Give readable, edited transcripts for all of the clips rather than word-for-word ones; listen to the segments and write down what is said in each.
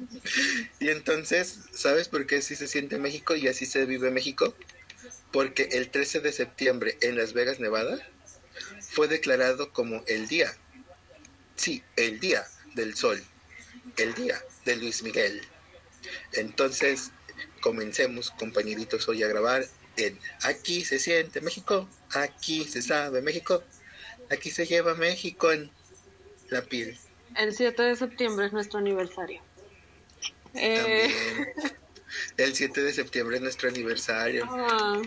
Y entonces, ¿sabes por qué así se siente México y así se vive México? Porque el 13 de septiembre en Las Vegas, Nevada, fue declarado como el día, sí, el día del sol, el día de Luis Miguel. Entonces, comencemos, compañeritos, hoy a grabar en Aquí se siente México, aquí se sabe México, aquí se lleva México en la piel. El 7 de septiembre es nuestro aniversario. También el 7 de septiembre es nuestro aniversario. Ah,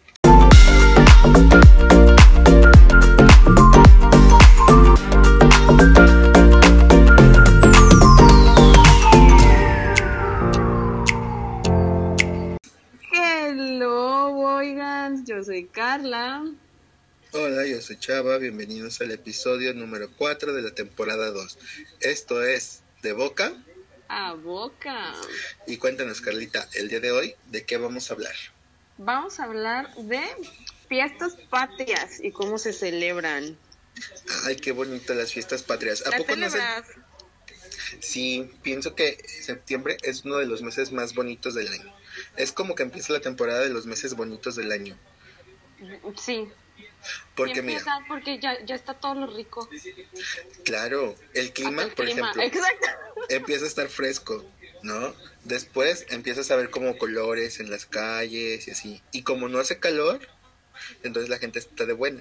hello, boygans, yo soy Carla. Hola, yo soy Chava, bienvenidos al episodio número 4 de la temporada 2. Esto es De Boca. A boca. Y cuéntanos, Carlita, el día de hoy, ¿de qué vamos a hablar? Vamos a hablar de fiestas patrias y cómo se celebran. Ay, qué bonito las fiestas patrias. ¿A ¿Las poco no se...? celebras? Sí, pienso que septiembre es uno de los meses más bonitos del año. Es como que empieza la temporada de los meses bonitos del año. Sí. Porque empieza mira, porque ya está todo lo rico. claro, el clima, Hasta el por clima. ejemplo, Exacto. empieza a estar fresco, ¿no? Después empiezas a ver como colores en las calles y así. Y como no hace calor, entonces la gente está de buenas.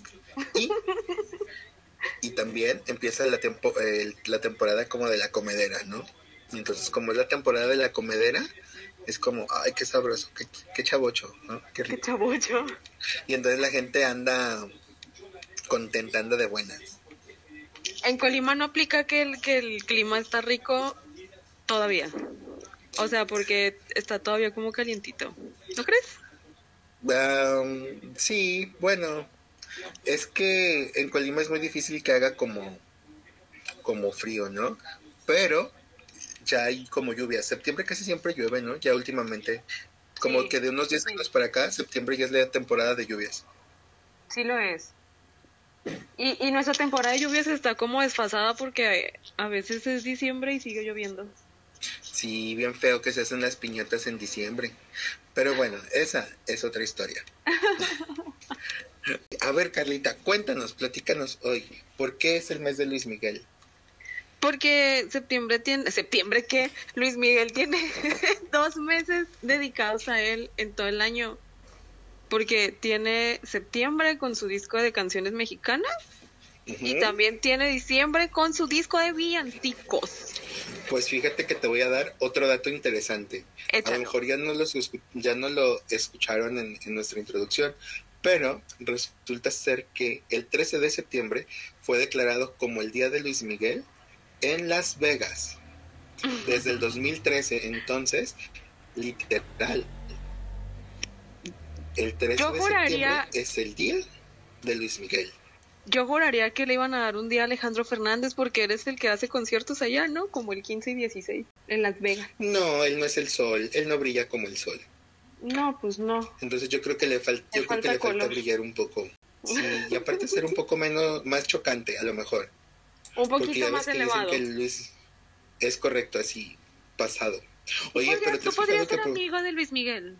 Y también empieza la temporada como de la comedera, ¿no? Y entonces como es la temporada de la comedera, es como, ay, qué sabroso, qué chavocho, ¿no? Qué Qué rico. chabocho. Y entonces la gente anda contenta, anda de buenas. En Colima no aplica que el clima está rico todavía. O sea, porque está todavía como calientito. ¿No crees? Sí, bueno, es que en Colima es muy difícil que haga como frío, ¿no? Pero ya hay como lluvia. Septiembre casi siempre llueve, ¿no? Ya últimamente, como Sí, que de unos 10 años para acá, septiembre ya es la temporada de lluvias. sí lo es. Y nuestra temporada de lluvias está como desfasada porque a veces es diciembre y sigue lloviendo. Sí, bien feo que se hacen las piñatas en diciembre. Pero bueno, esa es otra historia. A ver, Carlita, cuéntanos, platícanos hoy, ¿por qué es el mes de Luis Miguel? Porque ¿septiembre qué? Luis Miguel tiene 2 meses dedicados a él en todo el año. Porque tiene septiembre con su disco de canciones mexicanas y también tiene diciembre con su disco de villancicos. Pues fíjate que te voy a dar otro dato interesante. Échalo. A lo mejor ya no lo escucharon en nuestra introducción, pero resulta ser que el 13 de septiembre fue declarado como el Día de Luis Miguel en Las Vegas. Desde el 2013, entonces, literal, el 13 de septiembre es el Día de Luis Miguel. Yo juraría que le iban a dar un día a Alejandro Fernández porque eres el que hace conciertos allá, ¿no? Como el 15 y 16 en Las Vegas. No, él no es el sol, él no brilla como el sol. No, pues no. Entonces yo creo que le falta brillar un poco. Sí, y aparte ser un poco más chocante, a lo mejor. Un Porque poquito ya más ves que elevado. dicen que Luis es correcto, así, pasado. Oye, pero ¿Tú podrías ser amigo de Luis Miguel?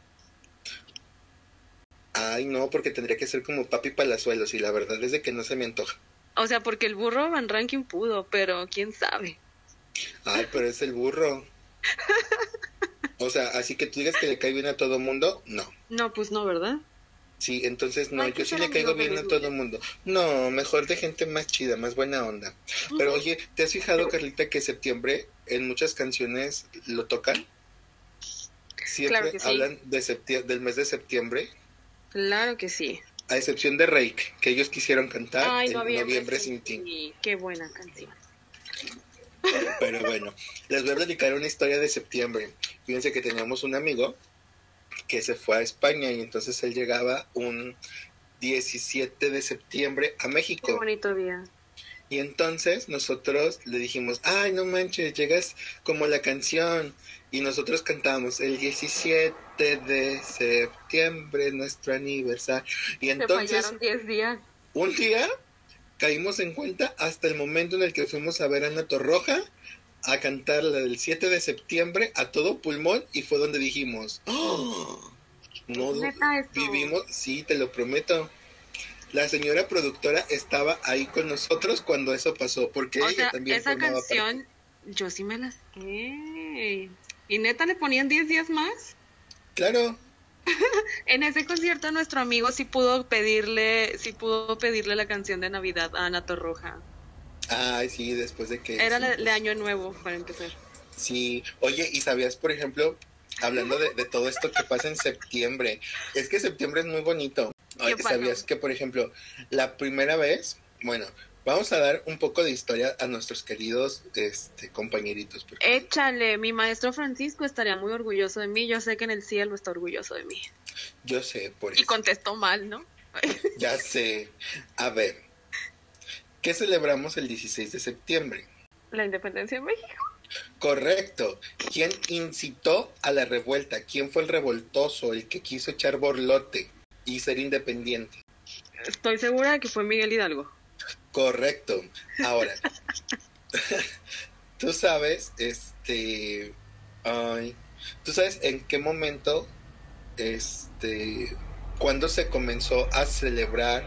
Ay, no, porque tendría que ser como Papi Palazuelos y la verdad es de que no se me antoja. O sea, porque el burro Van Ranking pudo, pero quién sabe. Ay, pero es el burro. O sea, así que tú digas que le cae bien a todo mundo, no. No, pues no, ¿verdad? Sí, entonces no, yo sí le caigo bien a todo mundo. No, mejor de gente más chida, más buena onda. Pero oye, ¿te has fijado, Carlita, que septiembre en muchas canciones lo tocan? Siempre Claro que sí. hablan del mes de septiembre. Claro que sí. A excepción de Reik, que ellos quisieron cantar Ay, en Noviembre sin ti. Sí, qué buena canción. Pero bueno, les voy a platicar una historia de septiembre. Fíjense que teníamos un amigo que se fue a España y entonces él llegaba un 17 de septiembre a México. Qué bonito día. Y entonces nosotros le dijimos, ay, no manches, llegas como la canción. Y nosotros cantamos el 17 de septiembre, nuestro aniversario. Y entonces, se fallaron 10 días. Un día caímos en cuenta hasta el momento en el que fuimos a ver a Ana Torroja a cantar la del 7 de septiembre a todo pulmón y fue donde dijimos, ¡oh! No, ¿Neta eso? vivimos, sí, te lo prometo. La señora productora estaba ahí con nosotros cuando eso pasó, porque O ella sea, también esa formaba canción, yo sí me la sé. ¿Y neta le ponían 10 días más? Claro. En ese concierto nuestro amigo sí pudo pedirle la canción de Navidad a Ana Torroja. Ay, sí, después de que... Era sí, de Año Nuevo, para empezar. sí, oye, ¿y sabías, por ejemplo, hablando de todo esto que pasa en septiembre? Es que septiembre es muy bonito. ¿Qué pasó? ¿Sabías que, por ejemplo, la primera vez, bueno, vamos a dar un poco de historia a nuestros queridos compañeritos? Porque Échale, mi maestro Francisco estaría muy orgulloso de mí. Yo sé que en el cielo está orgulloso de mí. yo sé, por Y eso. contestó mal, ¿no? Ya sé. A ver, ¿qué celebramos el 16 de septiembre? La independencia de México. Correcto. ¿Quién incitó a la revuelta? ¿Quién fue el revoltoso, el que quiso echar borlote y ser independiente? Estoy segura de que fue Miguel Hidalgo. Correcto. Ahora, tú sabes, tú sabes en qué momento, cuando se comenzó a celebrar,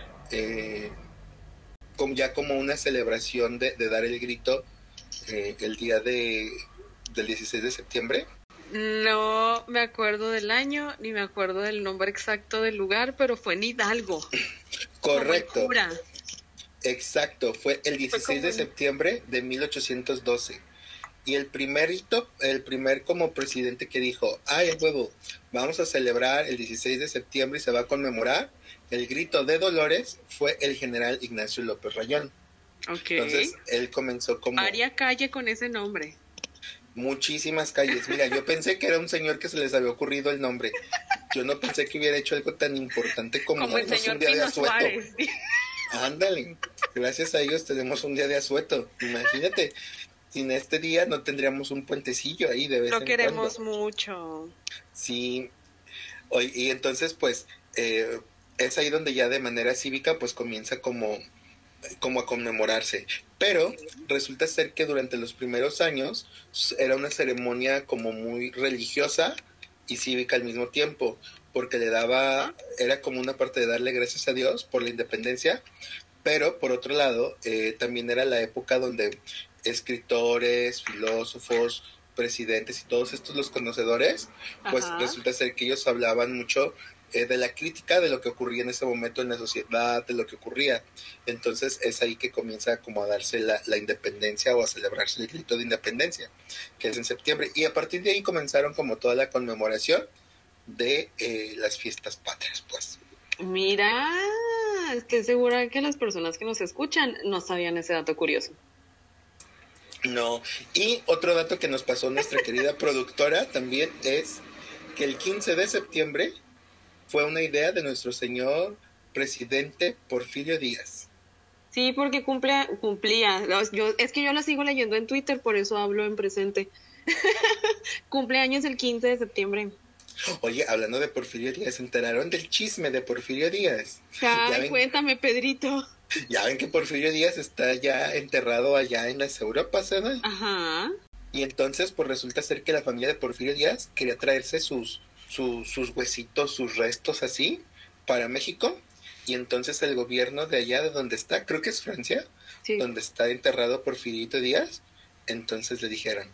ya como una celebración de dar el grito, el día del 16 de septiembre. No me acuerdo del año, ni me acuerdo del nombre exacto del lugar, pero fue en Hidalgo. Correcto. Como en Cura. Exacto, fue el 16 de septiembre de 1812. Y el primer como presidente que dijo, ay, huevo, vamos a celebrar el 16 de septiembre y se va a conmemorar el grito de Dolores, fue el general Ignacio López Rayón. Okay. Entonces, él comenzó como... Varia calle con ese nombre. Muchísimas calles. Mira, yo pensé que era un señor que se les había ocurrido el nombre. Yo no pensé que hubiera hecho algo tan importante como el señor un día Pino de asueto. Suárez. Ándale, gracias a ellos tenemos un día de asueto. Imagínate, sin este día no tendríamos un puentecillo ahí de vez en cuando. Lo queremos mucho. Sí, y entonces pues es ahí donde ya de manera cívica pues comienza como a conmemorarse. Pero resulta ser que durante los primeros años era una ceremonia como muy religiosa y cívica al mismo tiempo, porque era como una parte de darle gracias a Dios por la independencia, pero por otro lado también era la época donde escritores, filósofos, presidentes y todos estos los conocedores, pues resulta ser que ellos hablaban mucho de la crítica de lo que ocurría en ese momento en la sociedad, de lo que ocurría. Entonces es ahí que comienza como a darse la independencia o a celebrarse el grito de independencia, que es en septiembre. Y a partir de ahí comenzaron como toda la conmemoración de las fiestas patrias, pues. Mira, estoy segura que las personas que nos escuchan no sabían ese dato curioso. No, y otro dato que nos pasó nuestra querida productora también es que el 15 de septiembre fue una idea de nuestro señor presidente Porfirio Díaz. Sí, porque cumplía. Es que yo la sigo leyendo en Twitter, por eso hablo en presente. Cumpleaños el 15 de septiembre. Oye, hablando de Porfirio Díaz, ¿se enteraron del chisme de Porfirio Díaz? Ay, cuéntame, Pedrito. Ya ven que Porfirio Díaz está ya enterrado allá en las Europas, ¿verdad? Ajá. Y entonces, pues resulta ser que la familia de Porfirio Díaz quería traerse sus huesitos, sus restos así, para México. Y entonces el gobierno de allá, de donde está, creo que es Francia, sí, donde está enterrado Porfirio Díaz, entonces le dijeron,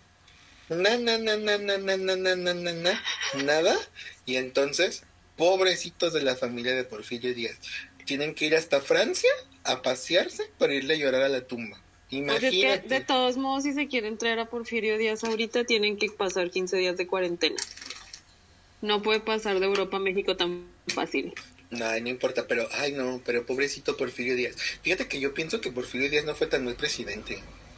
nada. Y entonces, pobrecitos de la familia de Porfirio Díaz, tienen que ir hasta Francia a pasearse para irle a llorar a la tumba. Imagínate. Pues es que de todos modos, si se quieren traer a Porfirio Díaz ahorita, tienen que pasar 15 días de cuarentena. No puede pasar de Europa a México tan fácil. No importa, pero pobrecito Porfirio Díaz. Fíjate que yo pienso que Porfirio Díaz no fue tan mal presidente.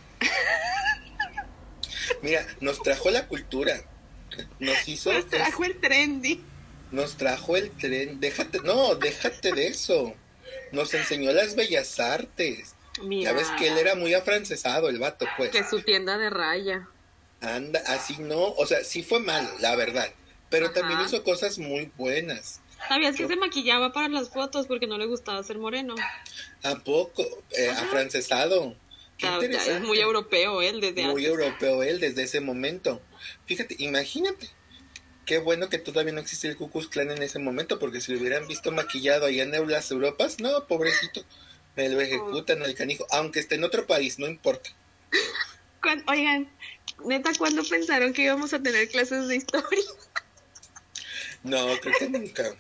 Mira, nos trajo la cultura. Nos trajo el trendy. Nos trajo el tren. Déjate de eso. Nos enseñó las bellas artes. Mira. Ya ves que él era muy afrancesado, el vato, pues. Que su tienda de raya. Anda, así no. O sea, sí fue malo, la verdad. Pero también hizo cosas muy buenas. ¿Sabías que se maquillaba para las fotos porque no le gustaba ser moreno? ¿A poco? Afrancesado. Qué Es muy europeo él desde Muy europeo él desde ese momento. Fíjate, imagínate. Qué bueno que todavía no existe el Ku Klux Klan en ese momento, porque si lo hubieran visto maquillado allá en las Europas, no, pobrecito, me lo ejecutan al canijo, aunque esté en otro país, no importa. Oigan, neta, ¿cuándo pensaron que íbamos a tener clases de historia? No, creo que nunca.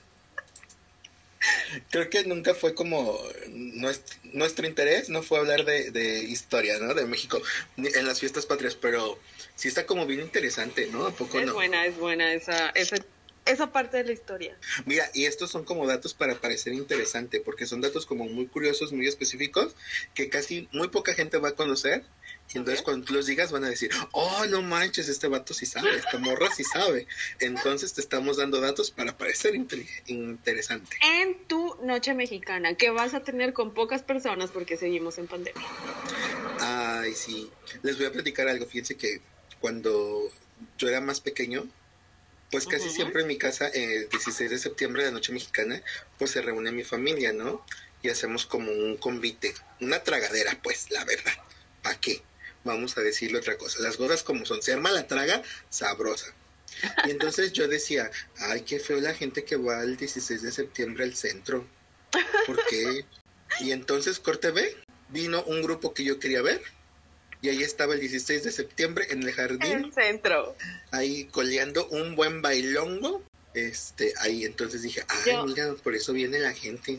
Creo que nunca fue como nuestro interés, no fue hablar de historia, ¿no? De México en las fiestas patrias, pero sí está como bien interesante, ¿no? ¿A poco no? Es buena esa parte de la historia. Mira, y estos son como datos para parecer interesante, porque son datos como muy curiosos, muy específicos, que casi muy poca gente va a conocer. Y entonces cuando tú los digas van a decir, oh, no manches, este vato sí sabe, esta morra sí sabe. Entonces te estamos dando datos para parecer interesante. En tu noche mexicana, que vas a tener con pocas personas porque seguimos en pandemia. Ay, sí. Les voy a platicar algo. Fíjense que cuando yo era más pequeño, pues casi siempre en mi casa, 16 de septiembre, de noche mexicana, pues se reúne mi familia, ¿no? Y hacemos como un convite, una tragadera, pues, la verdad. ¿Para qué? Vamos a decirle otra cosa. Las cosas como son, se arma la traga sabrosa. Y entonces yo decía, ay, qué feo la gente que va el 16 de septiembre al centro. ¿Por qué? Y entonces, corte B, vino un grupo que yo quería ver. Y ahí estaba el 16 de septiembre en el jardín. En el centro. Ahí coleando un buen bailongo. Ahí entonces dije, ay, mira, por eso viene la gente.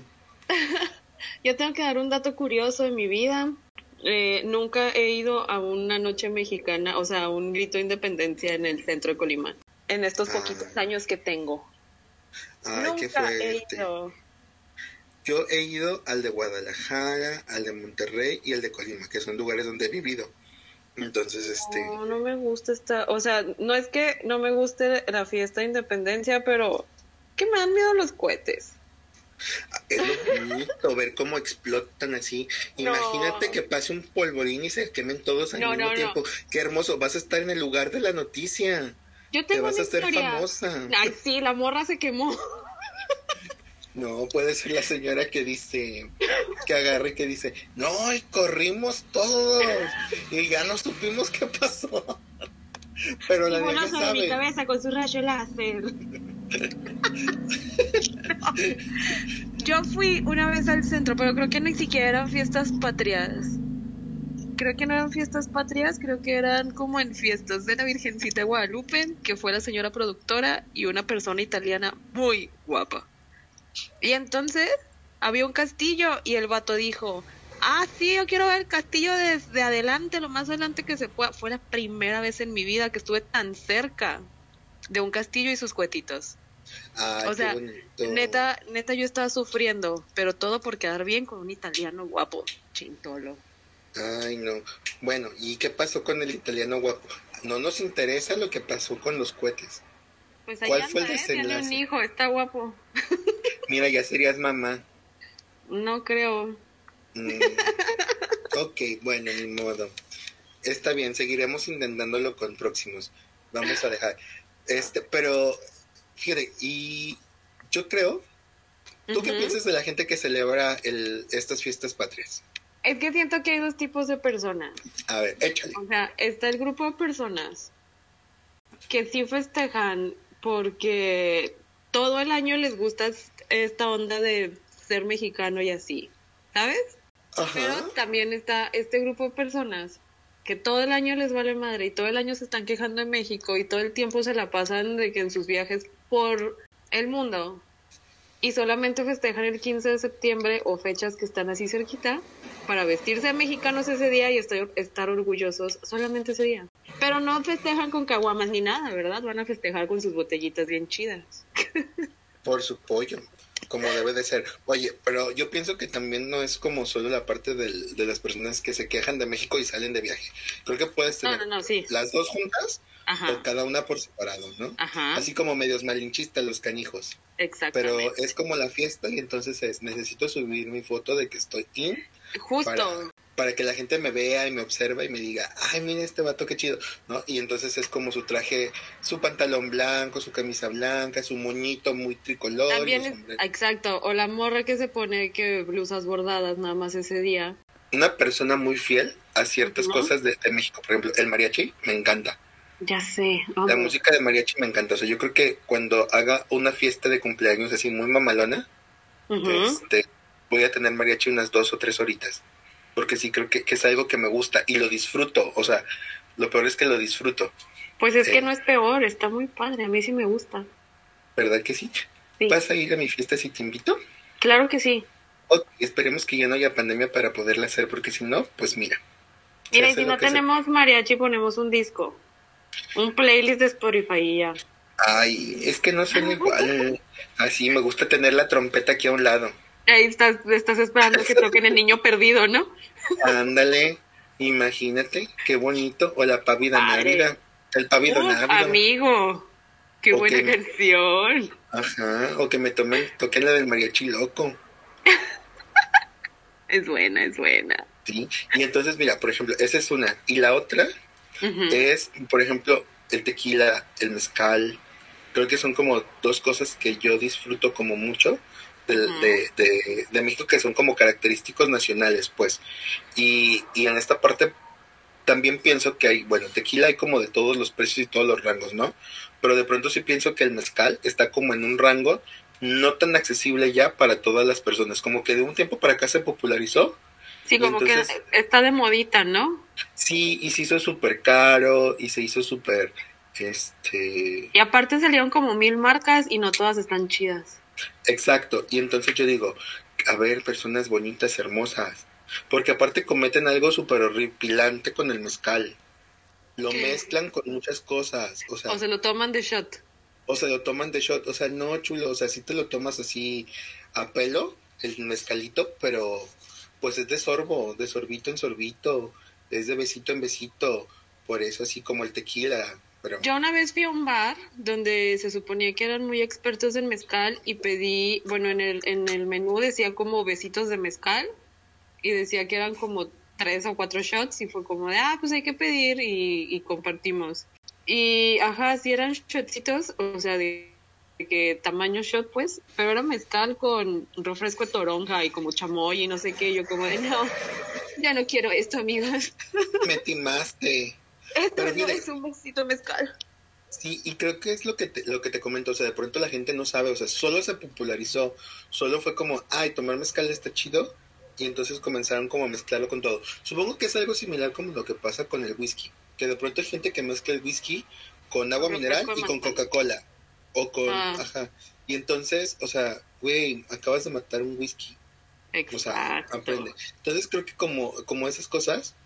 Yo tengo que dar un dato curioso de mi vida. Nunca he ido a una noche mexicana, o sea, a un grito de independencia en el centro de Colima. En estos poquitos años que tengo. Ay, nunca qué fuerte. He ido. Yo he ido al de Guadalajara, al de Monterrey y al de Colima, que son lugares donde he vivido. Entonces, No me gusta o sea, no es que no me guste la fiesta de independencia, pero que me dan miedo los cohetes. Es lo bonito ver cómo explotan así. Imagínate que pase un polvorín y se quemen todos al mismo tiempo. Qué hermoso, vas a estar en el lugar de la noticia. Yo tengo Te vas a hacer famosa. Ay, sí, la morra se quemó. No, puede ser la señora que dice, que agarre y que dice, no, y corrimos todos y ya no supimos qué pasó. Pero la vieja sabe. Mi cabeza con su rayo láser. Yo fui una vez al centro, pero creo que ni siquiera eran fiestas patrias. Creo que no eran fiestas patrias, creo que eran como en fiestas de la Virgencita de Guadalupe, que fue la señora productora y una persona italiana muy guapa. Y entonces había un castillo y el vato dijo, sí, yo quiero ver el castillo desde adelante, lo más adelante que se pueda. Fue la primera vez en mi vida que estuve tan cerca de un castillo y sus cuetitos. Ay, o sea, neta yo estaba sufriendo, pero todo por quedar bien con un italiano guapo, chintolo. Ay, no. Bueno, ¿y qué pasó con el italiano guapo? No nos interesa lo que pasó con los cohetes. Pues ahí anda, tiene un hijo, está guapo. Mira, ya serías mamá. No creo. Ok, bueno, ni modo. Está bien, seguiremos intentándolo con próximos. Vamos a dejar. Pero, fíjate, y yo creo, ¿tú qué piensas de la gente que celebra estas fiestas patrias? Es que siento que hay dos tipos de personas. A ver, échale. O sea, está el grupo de personas que sí festejan porque todo el año les gusta esta onda de ser mexicano y así, ¿sabes? Ajá. Pero también está este grupo de personas que todo el año les vale madre y todo el año se están quejando de México y todo el tiempo se la pasan de que en sus viajes por el mundo y solamente festejan el 15 de septiembre o fechas que están así cerquita para vestirse de mexicanos ese día y estar orgullosos solamente ese día. Pero no festejan con caguamas ni nada, ¿verdad? Van a festejar con sus botellitas bien chidas. Por su pollo, como debe de ser. Oye, pero yo pienso que también no es como solo la parte de las personas que se quejan de México y salen de viaje. Creo que puedes tener sí. las dos juntas. Ajá. O cada una por separado, ¿no? Ajá. Así como medios malinchistas los canijos. Exactamente. Pero es como la fiesta y entonces necesito subir mi foto de que estoy in. Justo. Para que la gente me vea y me observa y me diga, ay, mira este vato, qué chido, ¿no? Y entonces es como su traje, su pantalón blanco, su camisa blanca, su moñito muy tricolor. También exacto, o la morra que se pone que blusas bordadas nada más ese día. una persona muy fiel a ciertas Ujú. cosas de México. Por ejemplo, el mariachi me encanta. Ya sé. La Amo. música de mariachi me encanta. O sea, yo creo que cuando haga una fiesta de cumpleaños así muy mamalona, Ujú. este, voy a tener mariachi unas 2 o 3 horitas. Porque sí creo que es algo que me gusta y lo disfruto. O sea, lo peor es que lo disfruto. Pues es que Eh, no es peor, está muy padre, a mí sí me gusta. ¿Verdad que sí? Sí, ¿Vas a ir a mi fiesta si te invito? claro que sí. Ok, esperemos que ya no haya pandemia para poderla hacer, porque si no, pues mira, se Mira, y hace si lo no que se... tenemos mariachi, ponemos un disco, un playlist de Spotify y ya. Ay, es que no suena igual. Así, me gusta tener la trompeta aquí a un lado. Ahí estás esperando que toquen el niño perdido, ¿no? Ándale, imagínate, qué bonito. O la pávida Padre. návida, el pávido Uf, návido. amigo. Qué O buena que, canción. ajá, o que me toquen la del mariachi loco. Es buena, es buena. Sí, y entonces, mira, por ejemplo, esa es una. Y la otra Ujú, es, por ejemplo, el tequila, el mezcal. Creo que son como dos cosas que yo disfruto como mucho ujú. de México, que son como característicos nacionales, pues. Y en esta parte también pienso que hay, bueno, tequila hay como de todos los precios y todos los rangos, ¿no? Pero de pronto sí pienso que el mezcal está como en un rango no tan accesible ya para todas las personas, como que de un tiempo para acá se popularizó Sí, y como que entonces está de modita, ¿no? sí, y se hizo súper caro y se hizo súper, este, Y aparte salieron como 1000 marcas y no todas están chidas. exacto, y entonces yo digo, a ver, personas bonitas, hermosas, porque aparte cometen algo súper horripilante con el mezcal, lo mezclan con muchas cosas, O se lo toman de shot. o se lo toman de shot, o sea, no, chulo, o sea, sí te lo tomas así a pelo, el mezcalito, pero pues es de sorbo, de sorbito en sorbito, es de besito en besito, por eso así como el tequila, pero Yo una vez fui a un bar donde se suponía que eran muy expertos en mezcal y pedí, bueno, en el menú decía como besitos de mezcal y decía que eran como 3 o 4 shots y fue como de, pues hay que pedir y compartimos. Y, ajá, sí eran shotcitos, o sea, de que tamaño shot, pues, pero era mezcal con refresco de toronja y como chamoy y no sé qué, yo como de, no, ya no quiero esto, amigos. me timaste. Esto Pero no fíjate, es un besito de mezcal. sí, y creo que es lo que te comento, o sea, de pronto la gente no sabe, o sea, solo se popularizó, solo fue como, ay, tomar mezcal está chido, y entonces comenzaron como a mezclarlo con todo. Supongo que es algo similar como lo que pasa con el whisky, que de pronto hay gente que mezcla el whisky con Con agua mineral refresco de y con manzana. Coca-Cola, o con, Ah, ajá, y entonces, o sea, güey, acabas de matar un whisky, o sea, exacto. aprende. Entonces creo que como esas cosas,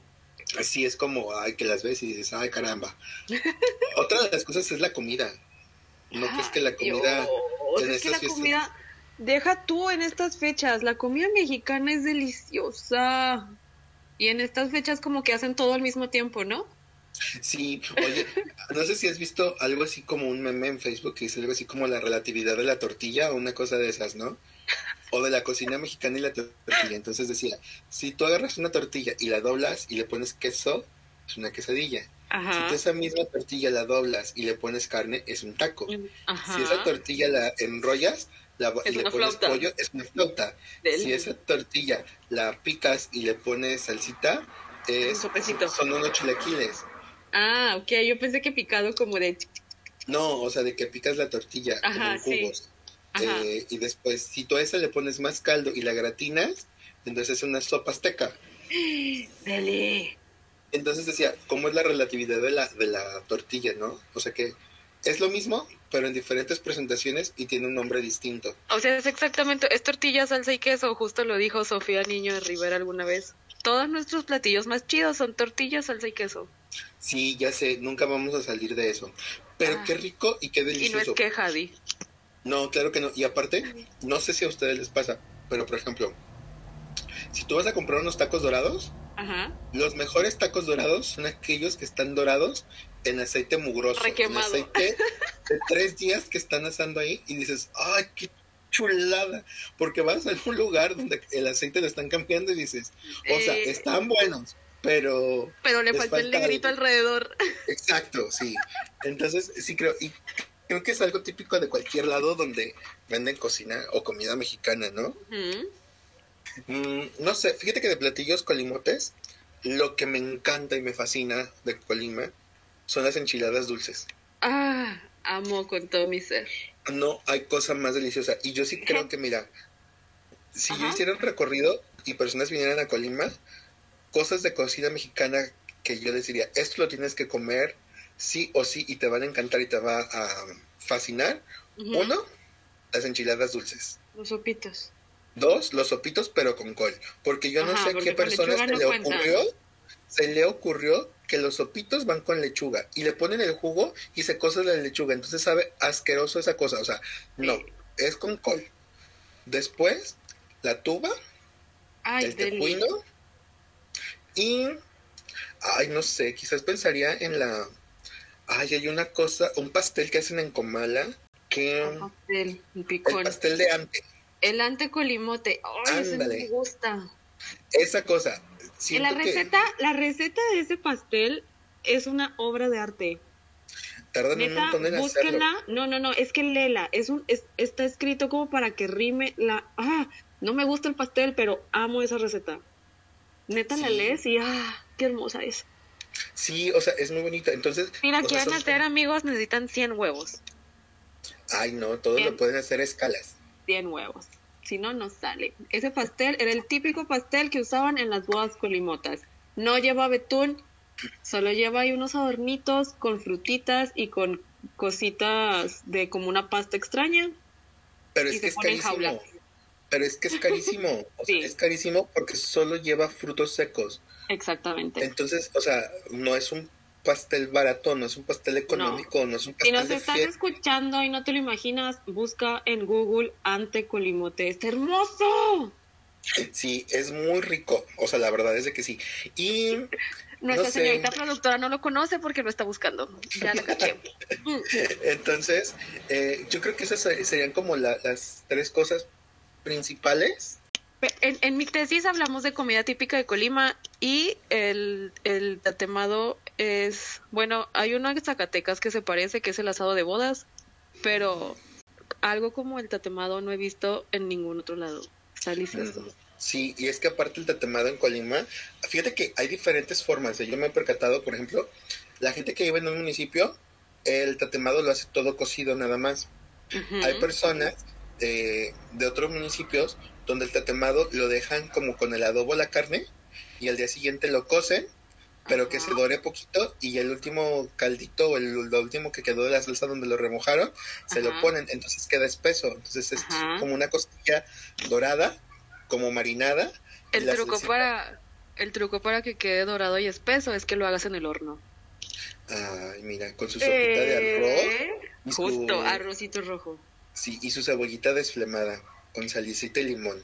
así es como, ay, que las ves y dices, ay, caramba. Otra de las cosas es la comida. ¿No crees que Ay, la comida Dios, en es que estas la fiestas? comida, deja tú en estas fechas, la comida mexicana es deliciosa. Y en estas fechas como que hacen todo al mismo tiempo, ¿no? Sí, oye, no sé si has visto algo así como un meme en Facebook que dice algo así como la relatividad de la tortilla o una cosa de esas, ¿no? O de la cocina mexicana y la tortilla. Entonces decía, si tú agarras una tortilla y la doblas y le pones queso, es una quesadilla. Si tú Ajá, esa misma tortilla la doblas y le pones carne, es un taco. Si esa ajá, tortilla la enrollas y es le una pones flauta. pollo, es una flauta. Si Deli, esa tortilla la picas y le pones salsita, es un sopecito. son unos chilaquiles. Ah, ok, yo pensé que picado como de... No, o sea, de que picas la tortilla como Ajá, en sí, cubos. ajá. Y después, si tú a esa le pones más caldo y la gratinas, entonces es una sopa azteca. Deli. Entonces decía, ¿cómo es la relatividad de la tortilla, no? O sea que es lo mismo, pero en diferentes presentaciones y tiene un nombre distinto. O sea, es exactamente, es tortilla, salsa y queso, justo lo dijo Sofía Niño de Rivera alguna vez. Todos nuestros platillos más chidos son tortilla, salsa y queso. Sí, ya sé, nunca vamos a salir de eso. Pero Ah, qué rico y qué y no es delicioso. queja, Di. No, claro que no. Y aparte, no sé si a ustedes les pasa, pero por ejemplo, si tú vas a comprar unos tacos dorados, Ajá, los mejores tacos dorados son aquellos que están dorados en aceite mugroso, en requemado. aceite de 3 días que están asando ahí y dices, ¡ay, qué chulada! Porque vas a un lugar donde el aceite lo están cambiando y dices, o sea, Eh, están buenos, pero pero le les falta el falta negrito algo. alrededor. Exacto, sí. Entonces, sí creo, y creo que es algo típico de cualquier lado donde venden cocina o comida mexicana, ¿no? Ujú. No sé, fíjate que de platillos colimotes, lo que me encanta y me fascina de Colima son las enchiladas dulces. Ah, amo con todo mi ser. No hay cosa más deliciosa. Y yo sí creo que, mira, si yo Ajá. hiciera un recorrido y personas vinieran a Colima, cosas de cocina mexicana que yo les diría, esto lo tienes que comer sí o sí y te van a encantar y te va a fascinar. Ujú. Uno, las enchiladas dulces. Los sopitos. Dos, los sopitos pero con col. Porque yo no Ajá, sé a qué porque con persona lechuga no cuentan. se le ocurrió que los sopitos van con lechuga y le ponen el jugo y se cose la lechuga. Entonces sabe asqueroso esa cosa. O sea, no, Sí. es con col. Después, la tuba, Ay, el deli. tejuino y, ay, no sé, quizás pensaría en la, ay, hay una cosa, un pastel que hacen en Comala, Un que, pastel, un el picón. pastel de ante, El antecolimote. Ay, ese no me ándale, gusta. esa cosa, siento que La receta de ese pastel es una obra de arte. tardan un Neta, montón en hacerlo. búsquenla. No, no, no, es que léela. Está escrito como para que rime la. Ah, no me gusta el pastel, pero amo esa receta. Neta la Sí, lees y qué hermosa es. sí, o sea, es muy bonita. Entonces, Mira, o sea, quieren son, hacer amigos, necesitan 100 huevos. ay, no, todos lo 100, pueden hacer a escalas. 100 huevos. Si no, no sale. Ese pastel era el típico pastel que usaban en las bodas colimotas. No lleva betún, solo lleva ahí unos adornitos con frutitas y con cositas de como una pasta extraña Pero y es que se es pone en jaula. carísimo, pero es que es carísimo, o sea, es Sí, carísimo porque solo lleva frutos secos. exactamente. Entonces, o sea, no es un pastel barato, no es un pastel No. económico, no es un Si pastel nos de estás fiesta. escuchando y no te lo imaginas, busca en Google ante colimote. ¡Está hermoso! Sí, es muy rico, o sea, la verdad es de que sí. Y no Nuestra señorita sé, productora no lo conoce porque lo está buscando. Ya la caché. Mm. entonces, yo creo que esas serían como las tres cosas principales. En mi tesis hablamos de comida típica de Colima y el tatemado es, bueno, hay uno en Zacatecas que se parece, que es el asado de bodas, pero algo como el tatemado no he visto en ningún otro lado. Está delicioso. Sí, y es que aparte el tatemado en Colima, fíjate que hay diferentes formas. Yo me he percatado, por ejemplo, la gente que vive en un municipio, el tatemado lo hace todo cocido nada más. Hay Ujú, personas de otros municipios donde el tatemado lo dejan como con el adobo la carne y al día siguiente lo cocen, pero que se ajá, dore poquito y el último caldito o lo último que quedó de la salsa donde lo remojaron, se lo ajá, ponen, entonces queda espeso, entonces es ajá. como una costilla dorada, como marinada y El la truco salsita, para, el truco para que quede dorado y espeso es que lo hagas en el horno. ay, mira, con su sopita de arroz y Justo, su, arrocito rojo. sí, y su cebollita desflemada con salicita y limón.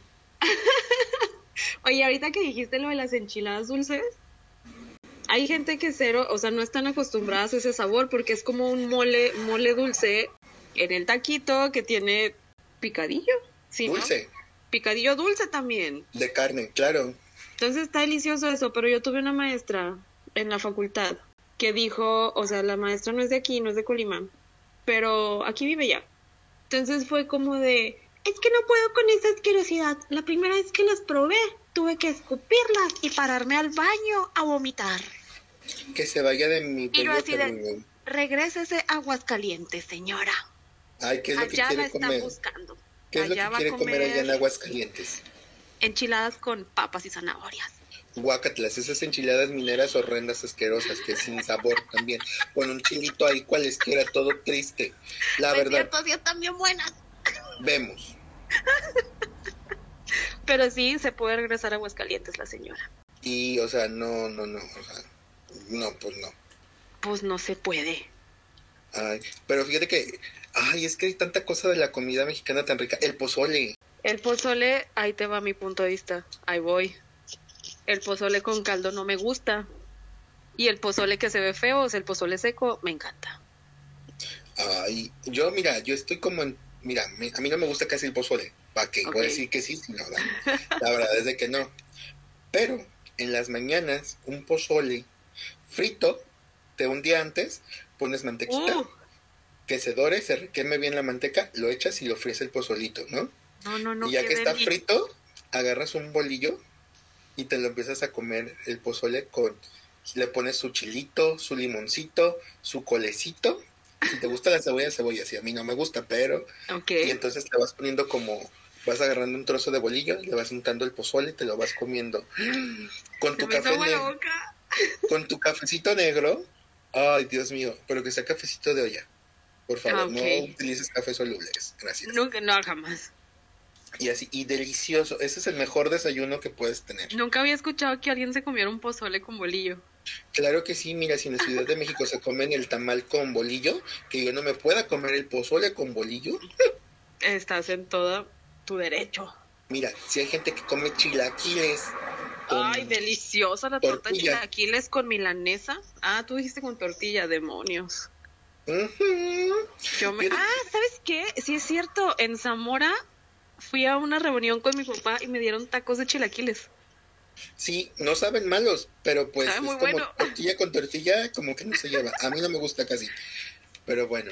Oye, ahorita que dijiste lo de las enchiladas dulces, hay gente que cero, o sea, no están acostumbradas a ese sabor porque es como un mole dulce en el taquito que tiene picadillo, ¿sí, no? Dulce, Picadillo dulce también. de carne, claro. Entonces está delicioso eso, pero yo tuve una maestra en la facultad que dijo, o sea, la maestra no es de aquí, no es de Colima, pero aquí vive ya. Entonces fue como de, es que no puedo con esa asquerosidad. La primera vez que las probé, tuve que escupirlas y pararme al baño a vomitar. Que se vaya de mi Y yo bello así de, término. regrésese a Aguascalientes, señora. Ay, ¿qué es lo que Allá la quiere están comer? buscando. ¿Qué es lo Allá que va a quiere comer allá comer en Aguascalientes? enchiladas con papas y zanahorias. Guácatlas, esas enchiladas mineras horrendas, asquerosas, que sin sabor también, con un chilito ahí cualesquiera, todo triste. La No es verdad, cierto, sí están bien buenas. vemos. Pero sí, se puede regresar a Aguascalientes la señora. Y, o sea, no, no, no, o sea, no, pues no. Pues no se puede. Ay, pero fíjate que, ay, es que hay tanta cosa de la comida mexicana tan rica. El pozole. El pozole, ahí te va mi punto de vista. Ahí voy. El pozole con caldo no me gusta. Y el pozole que se ve feo, o sea, el pozole seco, me encanta. Ay, yo, mira, yo estoy como en, mira, a mí no me gusta casi el pozole. ¿Para qué? Voy Ok. a decir que sí, si no, la verdad es de que no. Pero en las mañanas, un pozole frito de un día antes, pones mantequita, Uh, que se dore, se queme bien la manteca, lo echas y lo fríes el pozolito, ¿no? no, no, Y no, ya qué que está deli. frito, agarras un bolillo y te lo empiezas a comer el pozole le pones su chilito, su limoncito, su colecito. Si te gusta la cebolla, cebolla, sí, a mí no me gusta, pero... Okay. Y entonces te vas poniendo vas agarrando un trozo de bolillo, le vas untando el pozole y te lo vas comiendo. Con tu café negro, con tu cafecito negro, ay, Dios mío, pero que sea cafecito de olla. Por favor, no utilices cafés solubles, gracias. Nunca, no, jamás. Y así, y delicioso, ese es el mejor desayuno que puedes tener. Nunca había escuchado que alguien se comiera un pozole con bolillo. Claro que sí, mira, si en la Ciudad de México se comen el tamal con bolillo, que yo no me pueda comer el pozole con bolillo. Estás en todo tu derecho. Mira, si hay gente que come chilaquiles. Ay, deliciosa la torta de chilaquiles con milanesa. Ah, tú dijiste con tortilla, demonios. ¿Sabes qué? Sí es cierto, en Zamora fui a una reunión con mi papá y me dieron tacos de chilaquiles. Sí, no saben malos, pero pues es como bueno. Tortilla con tortilla, como que no se lleva. A mí no me gusta casi, pero bueno.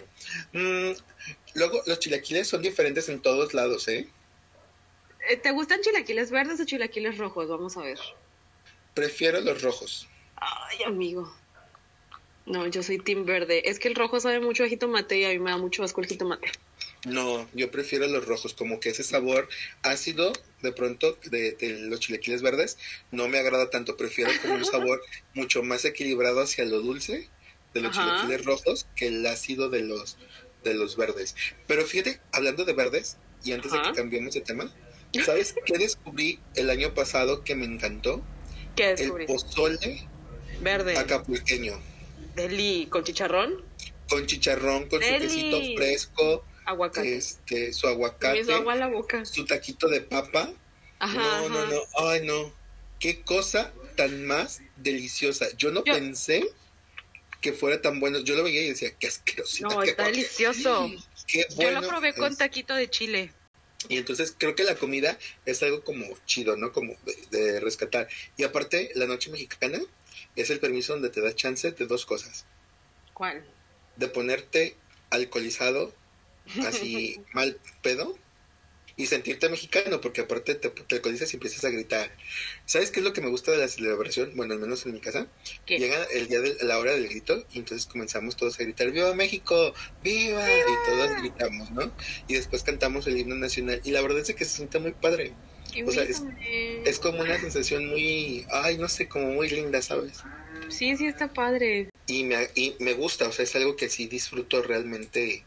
Luego, los chilaquiles son diferentes en todos lados, ¿eh? ¿Te gustan chilaquiles verdes o chilaquiles rojos? Vamos a ver. Prefiero los rojos. Ay, amigo. No, yo soy team verde. Es que el rojo sabe mucho a jitomate y a mí me da mucho asco el jitomate. No, yo prefiero los rojos, como que ese sabor ácido de pronto de los chilaquiles verdes no me agrada tanto, prefiero como un sabor mucho más equilibrado hacia lo dulce de los chilaquiles rojos que el ácido de los verdes. Pero fíjate, hablando de verdes, y antes de que cambiemos de tema, ¿sabes qué descubrí el año pasado que me encantó? ¿Qué descubrí? El pozole verde acapulqueño. Deli, ¿con chicharrón? Con chicharrón, con su quesito fresco. Aguacate. Su aguacate. Me hizo agua a la boca. Su taquito de papa. No. Ay, no. Qué cosa tan más deliciosa. Yo pensé que fuera tan bueno. Yo lo veía y decía, qué asqueroso. No, está delicioso. Qué bueno. Yo lo probé con taquito de chile. Y entonces creo que la comida es algo como chido, ¿no? Como de rescatar. Y aparte, la noche mexicana es el permiso donde te da chance de dos cosas. ¿Cuál? De ponerte alcoholizado, así mal pedo, y sentirte mexicano, porque aparte te alcoholizas y empiezas a gritar. ¿Sabes qué es lo que me gusta de la celebración? Bueno, al menos en mi casa. ¿Qué? Llega el día de la hora del grito y entonces comenzamos todos a gritar ¡Viva México! ¡Viva! Y todos gritamos, ¿no? Y después cantamos el himno nacional y la verdad es que se siente muy padre. O sea, es como una sensación muy, ay, no sé, como muy linda, ¿sabes? Sí, está padre. Y me gusta, o sea, es algo que sí disfruto realmente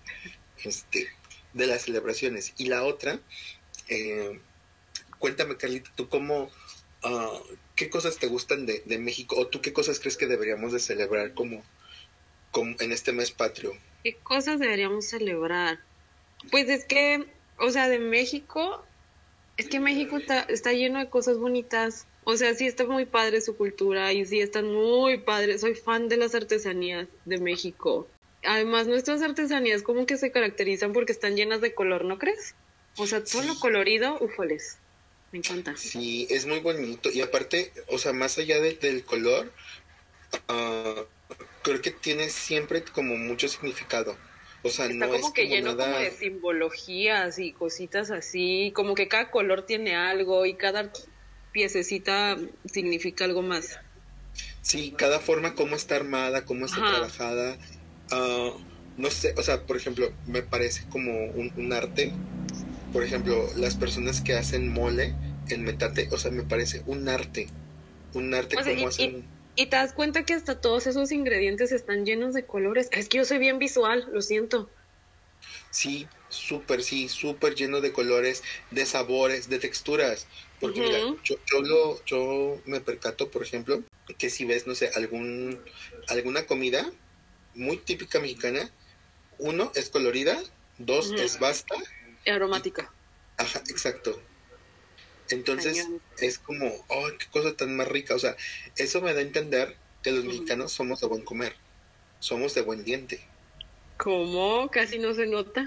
de las celebraciones. Y la otra, cuéntame, Carlita, tú qué cosas te gustan de México, o tú qué cosas crees que deberíamos de celebrar como en este mes patrio. ¿Qué cosas deberíamos celebrar? Pues es que, o sea, de México, es que México está lleno de cosas bonitas. O sea, sí está muy padre su cultura y sí están muy padres. Soy fan de las artesanías de México. Además, nuestras artesanías como que se caracterizan porque están llenas de color, ¿no crees? O sea, todo lo colorido, ufoles. Me encanta. Sí, es muy bonito. Y aparte, o sea, más allá del color, creo que tiene siempre como mucho significado. O sea, está no como es que como lleno nada... como de simbologías y cositas así, como que cada color tiene algo y cada piececita significa algo más. Sí, cada forma, cómo está armada, cómo está trabajada. No sé, o sea, por ejemplo, me parece como un arte. Por ejemplo, las personas que hacen mole en metate, o sea, me parece un arte. Un arte, o sea, como hacen... Y te das cuenta que hasta todos esos ingredientes están llenos de colores. Es que yo soy bien visual, lo siento. Sí, súper lleno de colores, de sabores, de texturas. Porque mira, yo me percato, por ejemplo, que si ves, no sé, alguna comida muy típica mexicana, uno, es colorida, dos, es vasta. Y aromática. Ajá, exacto. Entonces, es como, oh, qué cosa tan más rica. O sea, eso me da a entender que los mexicanos somos de buen comer, somos de buen diente. ¿Cómo? Casi no se nota.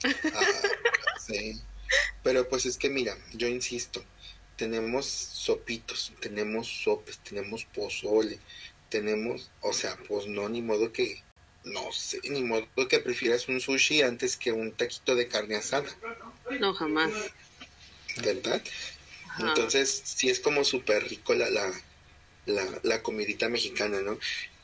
Sí. Pero pues es que mira, yo insisto, tenemos sopitos, tenemos sopes, tenemos pozole, tenemos, o sea, pues no, ni modo que, no sé, ni modo que prefieras un sushi antes que un taquito de carne asada. No, jamás. ¿Verdad? Ajá. Entonces, sí es como súper rico la comidita mexicana, ¿no?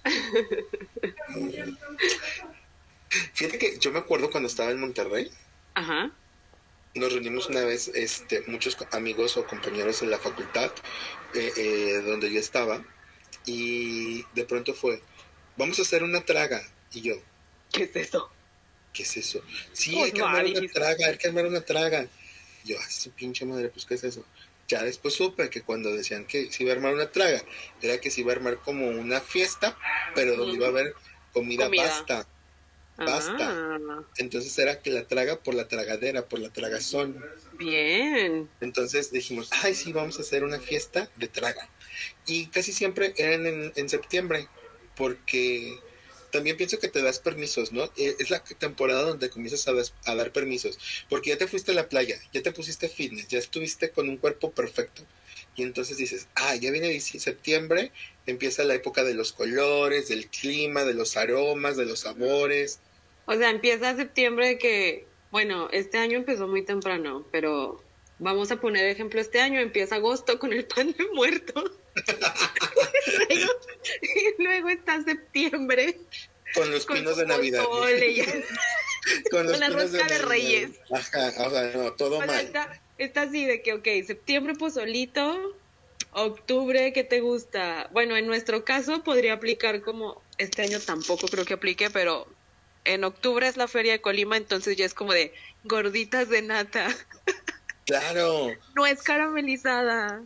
Fíjate que yo me acuerdo cuando estaba en Monterrey, Ajá. nos reunimos una vez, muchos amigos o compañeros en la facultad donde yo estaba, y de pronto fue, vamos a hacer una traga. Y yo, ¿Qué es eso? ¿qué es eso? Sí, hay Pues que va, armar una dijiste. traga, hay que armar una traga. Y yo, ay, su pinche madre, pues, ¿qué es eso? Ya después supe que cuando decían que se iba a armar una traga, era que se iba a armar como una fiesta, pero donde iba a Ujú. haber comida Comida. basta, basta. Ah, Entonces era que la traga por la tragadera, por la tragazón. bien. Entonces dijimos, ay, sí, vamos a hacer una fiesta de traga. Y casi siempre eran en septiembre, porque también pienso que te das permisos, ¿no? Es la temporada donde comienzas a dar permisos, porque ya te fuiste a la playa, ya te pusiste fitness, ya estuviste con un cuerpo perfecto. Y entonces dices, ah, ya viene septiembre, empieza la época de los colores, del clima, de los aromas, de los sabores. O sea, empieza septiembre de que, bueno, este año empezó muy temprano, pero vamos a poner ejemplo, este año empieza agosto con el pan de muerto. luego, y luego está septiembre Con los con pinos su de Navidad. pozole y Con con los la pinos de rosca de Navidad. Reyes. Ajá, o sea, no, todo O sea, mal. está así de que, ok, septiembre pozolito, octubre, ¿qué te gusta? Bueno, en nuestro caso podría aplicar como, este año tampoco creo que aplique, pero en octubre es la feria de Colima, entonces ya es como de gorditas de nata, Claro, no es caramelizada.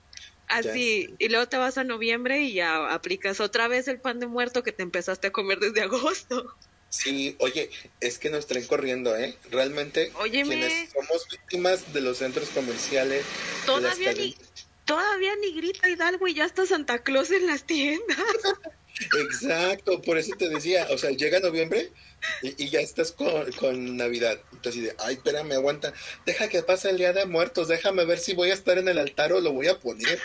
ya Así, sé. y luego te vas a noviembre y ya aplicas otra vez el pan de muerto que te empezaste a comer desde agosto. Sí, oye, es que nos traen corriendo, ¿eh? Realmente, quienes Óyeme, somos víctimas de los centros comerciales, de las todavía cadenas. ni, todavía ni grita Hidalgo y ya está Santa Claus en las tiendas. Exacto, por eso te decía, o sea, llega noviembre y ya estás con Navidad. Entonces, ay, espérame, aguanta, deja que pase el Día de Muertos, déjame ver si voy a estar en el altar o lo voy a poner,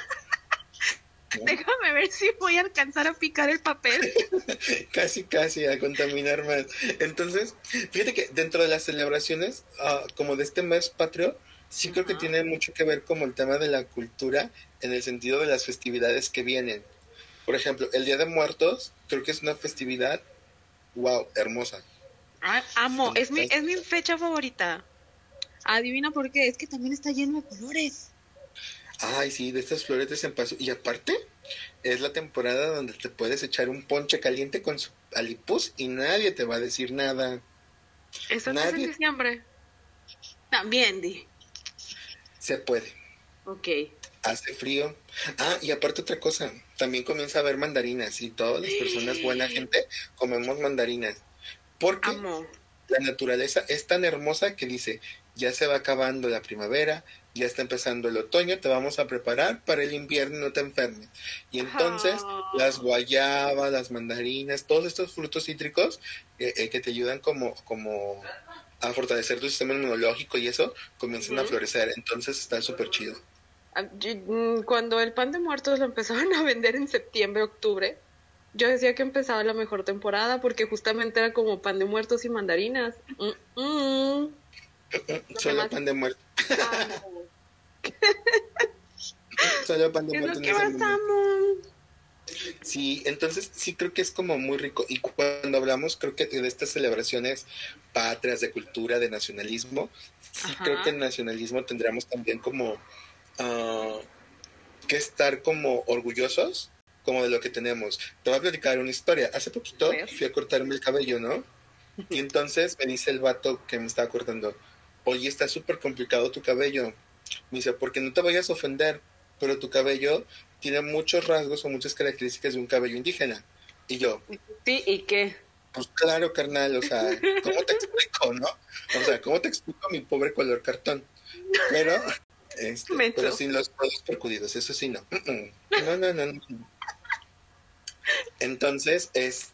¿no? Déjame ver si voy a alcanzar a picar el papel. Casi, casi a contaminar más. Entonces, fíjate que dentro de las celebraciones, como de este mes patrio, sí creo que Ajá. tiene mucho que ver como el tema de la cultura en el sentido de las festividades que vienen. Por ejemplo, el Día de Muertos creo que es una festividad, wow, hermosa. Ah, amo, es Entonces, mi fecha favorita. Adivina por qué, es que también está lleno de colores. ay, sí, de estas flores de cempasúchil. Y aparte, es la temporada donde te puedes echar un ponche caliente con su alipuz y nadie te va a decir nada. Eso no es en Nadie diciembre. También, di. se puede. Ok. Hace frío. Ah, y aparte otra cosa, también comienza a haber mandarinas y todas las personas buena gente comemos mandarinas. Porque Amo. la naturaleza es tan hermosa que dice, ya se va acabando la primavera, ya está empezando el otoño, te vamos a preparar para el invierno, no te enfermes. Y entonces las Ah, guayabas, las mandarinas, todos estos frutos cítricos que te ayudan como a fortalecer tu sistema inmunológico y eso, comienzan a ujú. florecer. Entonces está súper chido. Cuando el pan de muertos lo empezaban a vender en septiembre, octubre, yo decía que empezaba la mejor temporada porque justamente era como pan de muertos y mandarinas. Lo que Solo más pan de muerto. amo. Solo pan de Es lo muerto en que ese más mundo. amo. Sí, entonces sí creo que es como muy rico. Y cuando hablamos, creo que de estas celebraciones patrias, de cultura, de nacionalismo, sí creo que Ajá. el nacionalismo tendríamos también como ah, que estar como orgullosos como de lo que tenemos. Te voy a platicar una historia. Hace A poquito ver. fui a cortarme el cabello, ¿no? Y entonces me dice el vato que me estaba cortando, oye, está súper complicado tu cabello. Me dice, porque no te vayas a ofender, pero tu cabello tiene muchos rasgos o muchas características de un cabello indígena. Y yo, Sí, ¿y qué? pues claro, carnal, o sea, ¿cómo te explico, no? O sea, ¿cómo te explico mi pobre color cartón? Pero, pero Menso. sin los polos percudidos, eso sí, no. No, no, no, no. Entonces,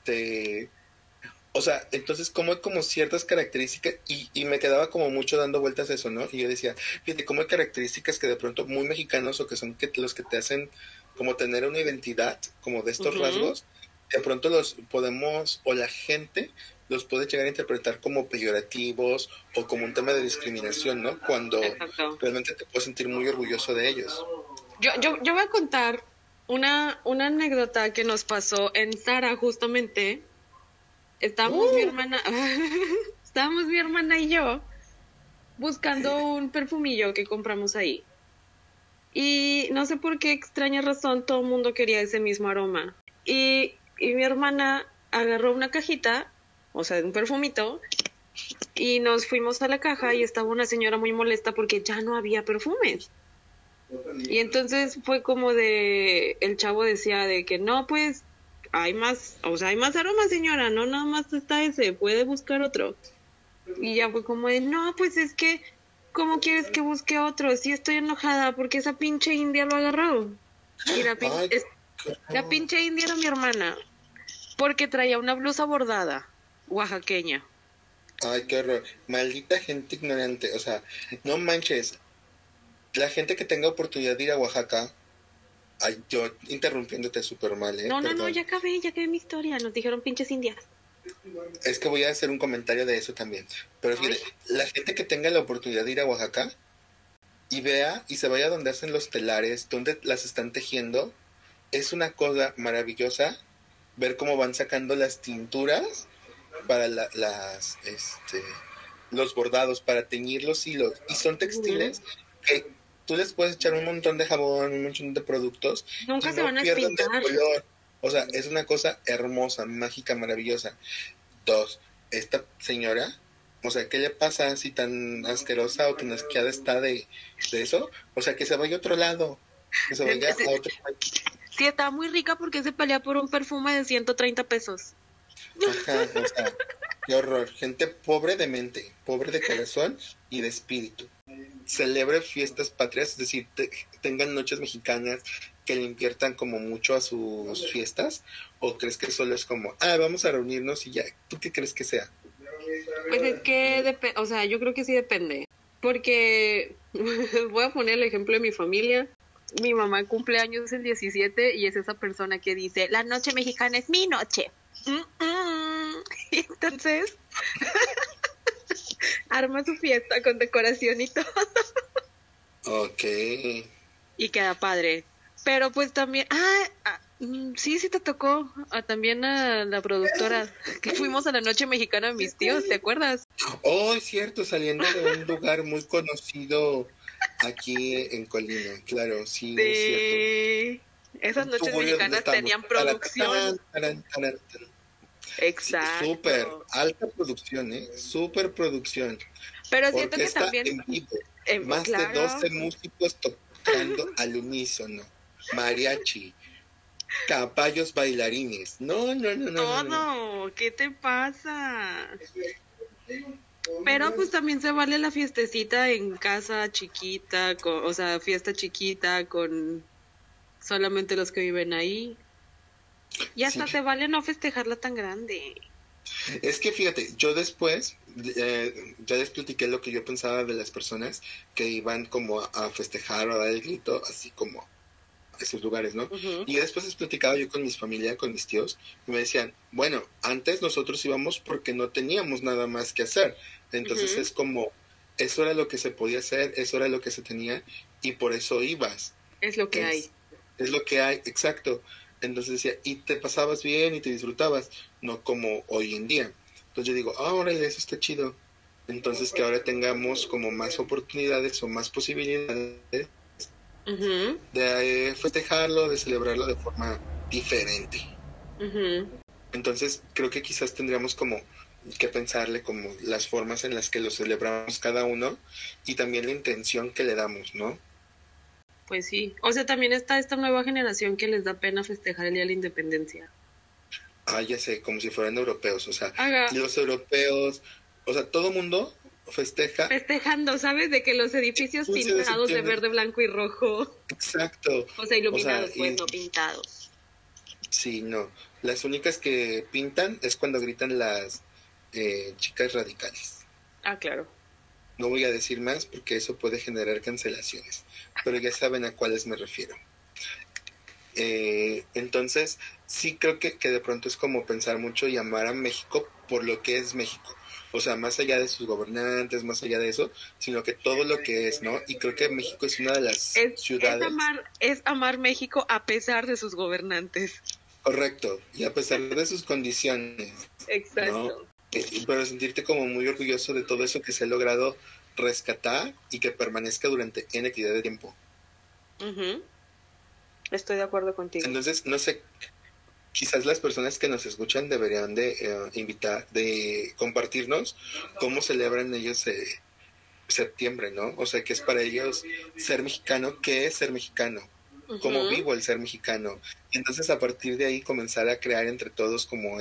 o sea, entonces como hay como ciertas características y me quedaba como mucho dando vueltas a eso, ¿no? Y yo decía, fíjate, como hay características que de pronto muy mexicanos o que son los que te hacen como tener una identidad como de estos Ujú. rasgos, de pronto los podemos, o la gente los puedes llegar a interpretar como peyorativos o como un tema de discriminación, ¿no? Cuando Exacto. realmente te puedes sentir muy orgulloso de ellos. Yo voy a contar una anécdota que nos pasó en Sara, justamente. Estábamos mi hermana, estábamos mi hermana y yo buscando un perfumillo que compramos ahí. Y no sé por qué extraña razón todo el mundo quería ese mismo aroma. Y mi hermana agarró una cajita, o sea, un perfumito, y nos fuimos a la caja y estaba una señora muy molesta porque ya no había perfumes. Y entonces fue como de, el chavo decía de que no, pues hay más, o sea, hay más aromas, señora, no nada más está ese, puede buscar otro. Y ya fue como de, no, pues es que, ¿cómo quieres que busque otro? Sí estoy enojada porque esa pinche india lo agarró. Y Ay, la pinche india era mi hermana, porque traía una blusa bordada, oaxaqueña. ay, qué horror. Maldita gente ignorante. O sea, no manches. La gente que tenga oportunidad de ir a Oaxaca, ay, yo interrumpiéndote súper mal, No, no, no, perdón. ya acabé mi historia, nos dijeron pinches indias. Es que voy a hacer un comentario de eso también. Pero Ay, fíjate, la gente que tenga la oportunidad de ir a Oaxaca y vea y se vaya donde hacen los telares, donde las están tejiendo, es una cosa maravillosa ver cómo van sacando las tinturas para los bordados, para teñir los hilos. Y son ujú. textiles que tú les puedes echar un montón de jabón, un montón de productos y Nunca se no van a pierden el espintar. color. O sea, es una cosa hermosa, mágica, maravillosa. Dos, esta señora, o sea, ¿qué le pasa así tan asquerosa o tan asqueada está de eso? O sea, que se vaya a otro lado, que se vaya a otro país. Sí, estaba muy rica porque se pelea por un perfume de 130 pesos. Ajá, o sea, qué horror. Gente pobre de mente, pobre de corazón y de espíritu. Celebre fiestas patrias, es decir, tengan noches mexicanas que le inviertan como mucho a sus fiestas, o crees que solo es como, vamos a reunirnos y ya, ¿tú qué crees que sea? Pues es que, o sea, yo creo que sí depende. Porque voy a poner el ejemplo de mi familia. Mi mamá cumple años el 17 y es esa persona que dice, la noche mexicana es mi noche. Y entonces arma su fiesta con decoración y todo. Ok. Y queda padre. Pero pues también, sí, sí te tocó también a la productora que fuimos a la noche mexicana de mis tíos, ¿te acuerdas? Oh, es cierto, saliendo de un lugar muy conocido aquí en Colima, claro, sí, muy cierto. Sí, esas Un noches tugurio donde mexicanas estamos. tenían producción. Sí, súper, Exacto. alta producción, ¿eh? Súper producción. Pero siento que Orquesta también, en vivo, más de claro, 12 músicos tocando al unísono, mariachi, caballos bailarines. No, no, no, no, no, no. todo, ¿qué te pasa? Pero pues también se vale la fiestecita en casa chiquita, o sea, fiesta chiquita con solamente los que viven ahí. Y Sí, hasta se vale no festejarla tan grande. es que fíjate, yo después, ya les platiqué lo que yo pensaba de las personas que iban como a festejar o a dar el grito, así como a esos lugares, ¿no? Ujú, Y después les platicaba yo con mis familia, con mis tíos, y me decían, bueno, antes nosotros íbamos porque no teníamos nada más que hacer. Entonces ujú. es como, eso era lo que se podía hacer, eso era lo que se tenía, y por eso ibas. Es lo que hay. Es, es lo que hay, exacto. Entonces decía, y te pasabas bien y te disfrutabas, no como hoy en día. Entonces yo digo, órale, eso está chido. Entonces que ahora tengamos como más oportunidades o más posibilidades Ujú, de festejarlo, de celebrarlo de forma diferente. ujú. Entonces creo que quizás tendríamos como que pensarle como las formas en las que lo celebramos cada uno y también la intención que le damos, ¿no? Pues sí. O sea, también está esta nueva generación que les da pena festejar el Día de la Independencia. Ya sé, como si fueran europeos, o sea, Haga, los europeos, o sea, todo mundo festeja festejando, ¿sabes? De que los el edificios 15 de pintados de septiembre, verde, blanco y rojo. exacto, O sea, o sea, iluminados, pues, no pintados. sí, no, las únicas que pintan es cuando gritan las chicas radicales. Ah, claro. No voy a decir más porque eso puede generar cancelaciones, pero ya saben a cuáles me refiero. Entonces, sí creo que de pronto es como pensar mucho y amar a México por lo que es México. O sea, más allá de sus gobernantes, más allá de eso, sino que todo lo que es, ¿no? Y creo que México es una de las ciudades. Es amar México a pesar de sus gobernantes. Correcto, y a pesar de sus condiciones. Exacto. ¿No? Pero sentirte como muy orgulloso de todo eso que se ha logrado rescatar y que permanezca durante N cantidad de tiempo. Uh-huh. Estoy de acuerdo contigo. Entonces, no sé, quizás las personas que nos escuchan deberían de invitar, de compartirnos cómo celebran ellos septiembre, ¿no? O sea, qué es para ellos ser mexicano, qué es ser mexicano, cómo vivo el ser mexicano. Y entonces a partir de ahí comenzar a crear entre todos como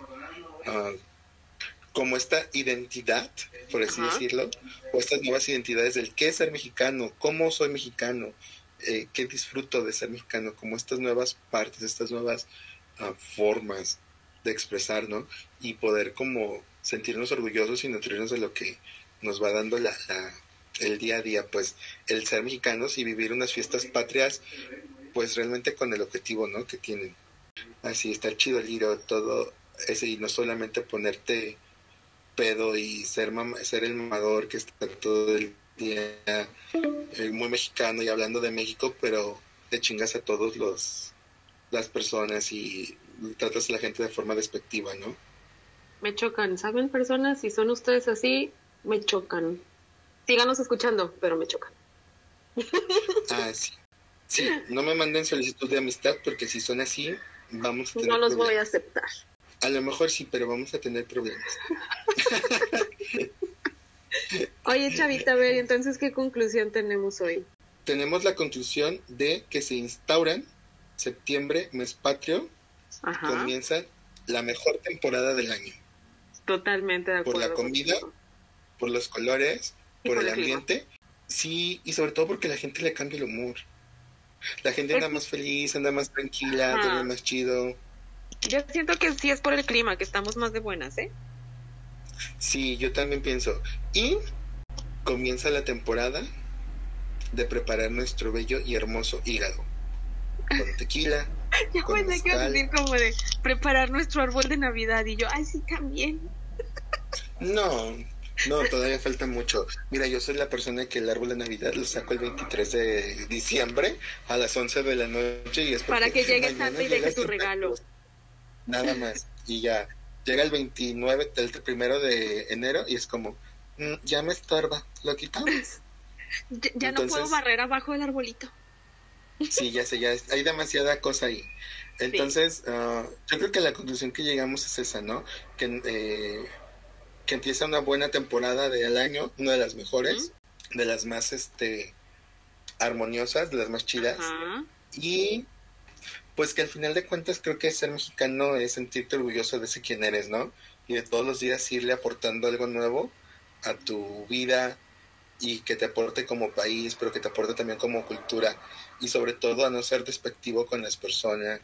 como esta identidad, por así decirlo, o estas nuevas identidades del qué es ser mexicano, cómo soy mexicano, qué disfruto de ser mexicano, como estas nuevas partes, estas nuevas formas de expresar, ¿no? Y poder como sentirnos orgullosos y nutrirnos de lo que nos va dando el día a día, pues el ser mexicanos y vivir unas fiestas patrias, pues realmente con el objetivo, ¿no? Que tienen. Así, estar chido el giro, todo ese, y no solamente ponerte pedo y ser el mamador que está todo el día muy mexicano y hablando de México, pero te chingas a todos las personas y tratas a la gente de forma despectiva, ¿no? Me chocan, ¿saben, personas? Si son ustedes así, me chocan. Síganos escuchando, pero me chocan. Sí. Sí, no me manden solicitud de amistad porque si son así, vamos a tener no los problemas. voy a aceptar. A lo mejor sí, pero vamos a tener problemas. Oye, Chavita, a ver, entonces, ¿qué conclusión tenemos hoy? Tenemos la conclusión de que se instauran septiembre, mes patrio, comienza la mejor temporada del año. Totalmente de acuerdo. Por la comida, por los colores, por el ambiente. Sí, y sobre todo porque la gente le cambia el humor. La gente anda más feliz, anda más tranquila, todo más chido. Yo siento que sí es por el clima, que estamos más de buenas, ¿eh? Sí, yo también pienso. Y comienza la temporada de preparar nuestro bello y hermoso hígado. Con tequila. Yo pensé que ibas a decir como de preparar nuestro árbol de Navidad y yo, ay, sí, también. No, todavía falta mucho. Mira, yo soy la persona que el árbol de Navidad lo saco el 23 de diciembre a las 11 de la noche y es para que llegue Santa y deje tu regalo. Nada más. Y ya, llega el 29, el 1 de enero y es como, ya me estorba, lo quitamos. ya no puedo barrer abajo del arbolito. Sí, ya sé, hay demasiada cosa ahí. Entonces, yo creo que la conclusión que llegamos es esa, ¿no? Que empieza una buena temporada del año, una de las mejores, de las más armoniosas, de las más chidas. Y pues que al final de cuentas creo que ser mexicano es sentirte orgulloso de ese quien eres, ¿no? Y de todos los días irle aportando algo nuevo a tu vida y que te aporte como país, pero que te aporte también como cultura y sobre todo a no ser despectivo con las personas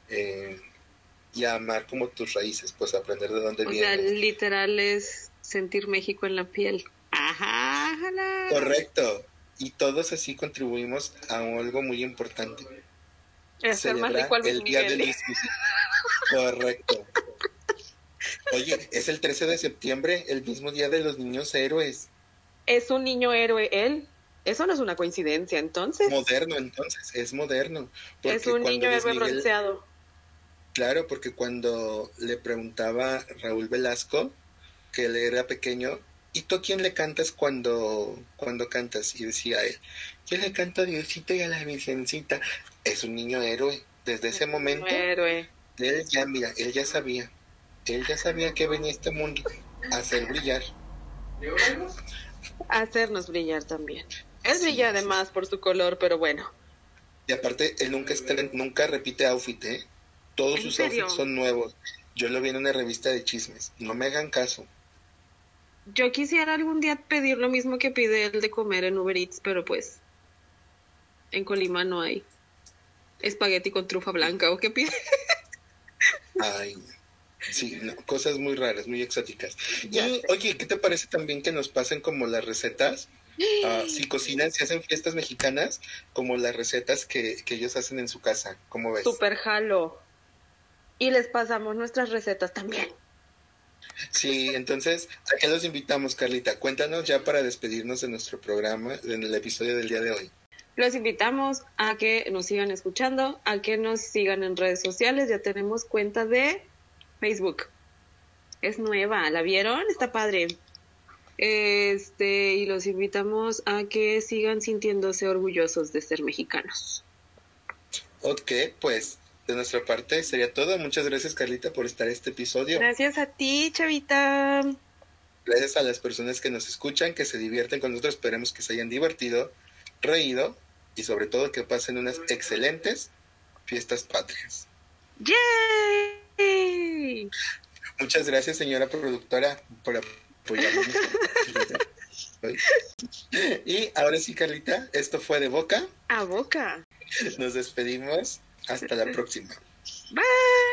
y a amar como tus raíces, pues aprender de dónde vienes. O sea, literal es sentir México en la piel. Ajá. Correcto. Y todos así contribuimos a algo muy importante. Es celebrar más rico al el día del Luis Miguel. Correcto. Oye, es el 13 de septiembre, el mismo día de los niños héroes. Es un niño héroe él. Eso no es una coincidencia, entonces. Moderno, entonces, es moderno. Es un niño héroe bronceado. Claro, porque cuando le preguntaba Raúl Velasco, que él era pequeño, ¿y tú a quién le cantas cuando cantas? Y decía él, yo le canto a Diosito y a la Virgencita. Es un niño héroe. Desde ese momento, héroe. Él ya sabía. Él ya sabía que venía a este mundo a hacer brillar. A hacernos brillar también. Él brilla además por su color, pero bueno. Y aparte, él nunca repite outfit, ¿eh? Todos sus outfits son nuevos. Yo lo vi en una revista de chismes. No me hagan caso. Yo quisiera algún día pedir lo mismo que pide él de comer en Uber Eats, pero pues en Colima no hay espagueti con trufa blanca, ¿o qué pide? Ay, sí, no, cosas muy raras, muy exóticas. Y, oye, ¿qué te parece también que nos pasen como las recetas si cocinan, si hacen fiestas mexicanas, como las recetas que ellos hacen en su casa. ¿Cómo ves? Super jalo. Y les pasamos nuestras recetas también. Sí, entonces, ¿a qué los invitamos, Carlita? Cuéntanos ya para despedirnos de nuestro programa, en el episodio del día de hoy. Los invitamos a que nos sigan escuchando, a que nos sigan en redes sociales. Ya tenemos cuenta de Facebook. Es nueva, ¿la vieron? Está padre. Y los invitamos a que sigan sintiéndose orgullosos de ser mexicanos. Ok, pues de nuestra parte sería todo. Muchas gracias, Carlita, por estar en este episodio. Gracias a ti, Chavita. Gracias a las personas que nos escuchan, que se divierten con nosotros. Esperemos que se hayan divertido, reído y sobre todo que pasen unas excelentes fiestas patrias. ¡Yay! Muchas gracias, señora productora, por apoyarnos. Y ahora sí, Carlita, esto fue De Boca a Boca. Nos despedimos. Hasta la próxima. Bye.